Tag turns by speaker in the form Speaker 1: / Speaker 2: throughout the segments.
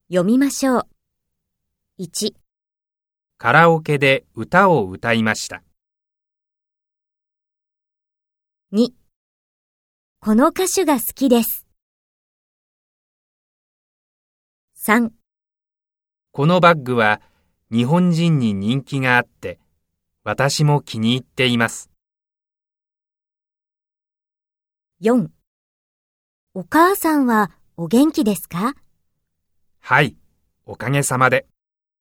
Speaker 1: 読みましょう。1、
Speaker 2: カラオケで歌を歌いました。
Speaker 1: 2、この歌手が好きです。3、
Speaker 2: このバッグは日本人に人気があって、私も気に入っています。
Speaker 1: 4、お母さんはお元気ですか？
Speaker 2: はい、おかげさまで。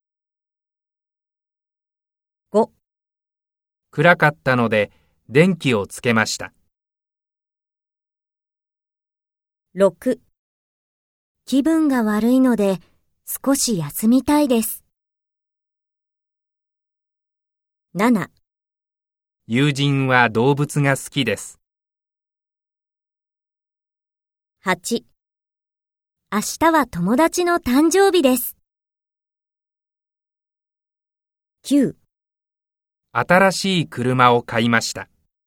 Speaker 1: 5、
Speaker 2: 暗かったので電気をつけました。
Speaker 1: 6、気分が悪いので少し休みたいです。7、
Speaker 2: 友人は動物が好きです。
Speaker 1: 8、明日は友達の誕生日です。9、
Speaker 2: 新しい車を買いました。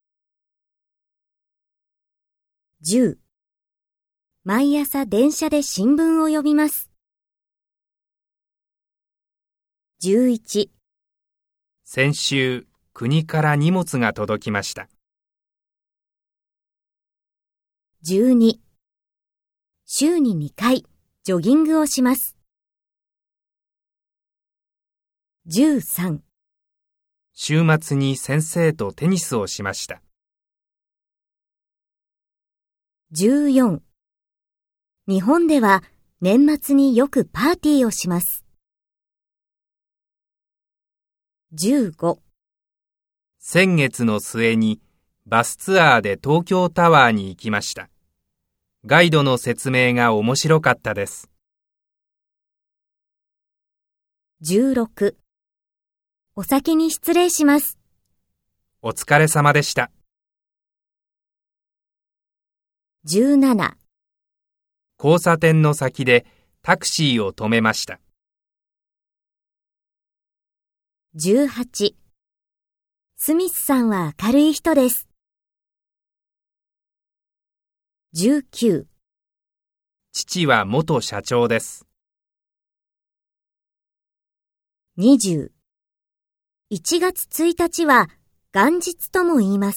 Speaker 1: 10、毎朝電車で新聞を読みます。11、
Speaker 2: 先週、国から荷物が届きました。
Speaker 1: 12、週に2回ジョギングをします。13、
Speaker 2: 週末に先生とテニスをしました。
Speaker 1: 14、日本では年末によくパーティーをします。15、
Speaker 2: 先月の末にバスツアーで東京タワーに行きました。ガイドの説明が面白かったです。
Speaker 1: 16、お先に失礼します。
Speaker 2: お疲れ様でした。
Speaker 1: 17、
Speaker 2: 交差点の先でタクシーを止めました。
Speaker 1: 18、スミスさんは明るい人です。19、
Speaker 2: 父は元社長です。
Speaker 1: 20、1月1日は元日とも言います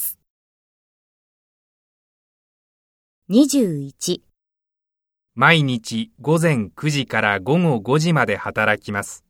Speaker 1: 。21、
Speaker 2: 毎日午前9時から午後5時まで働きます。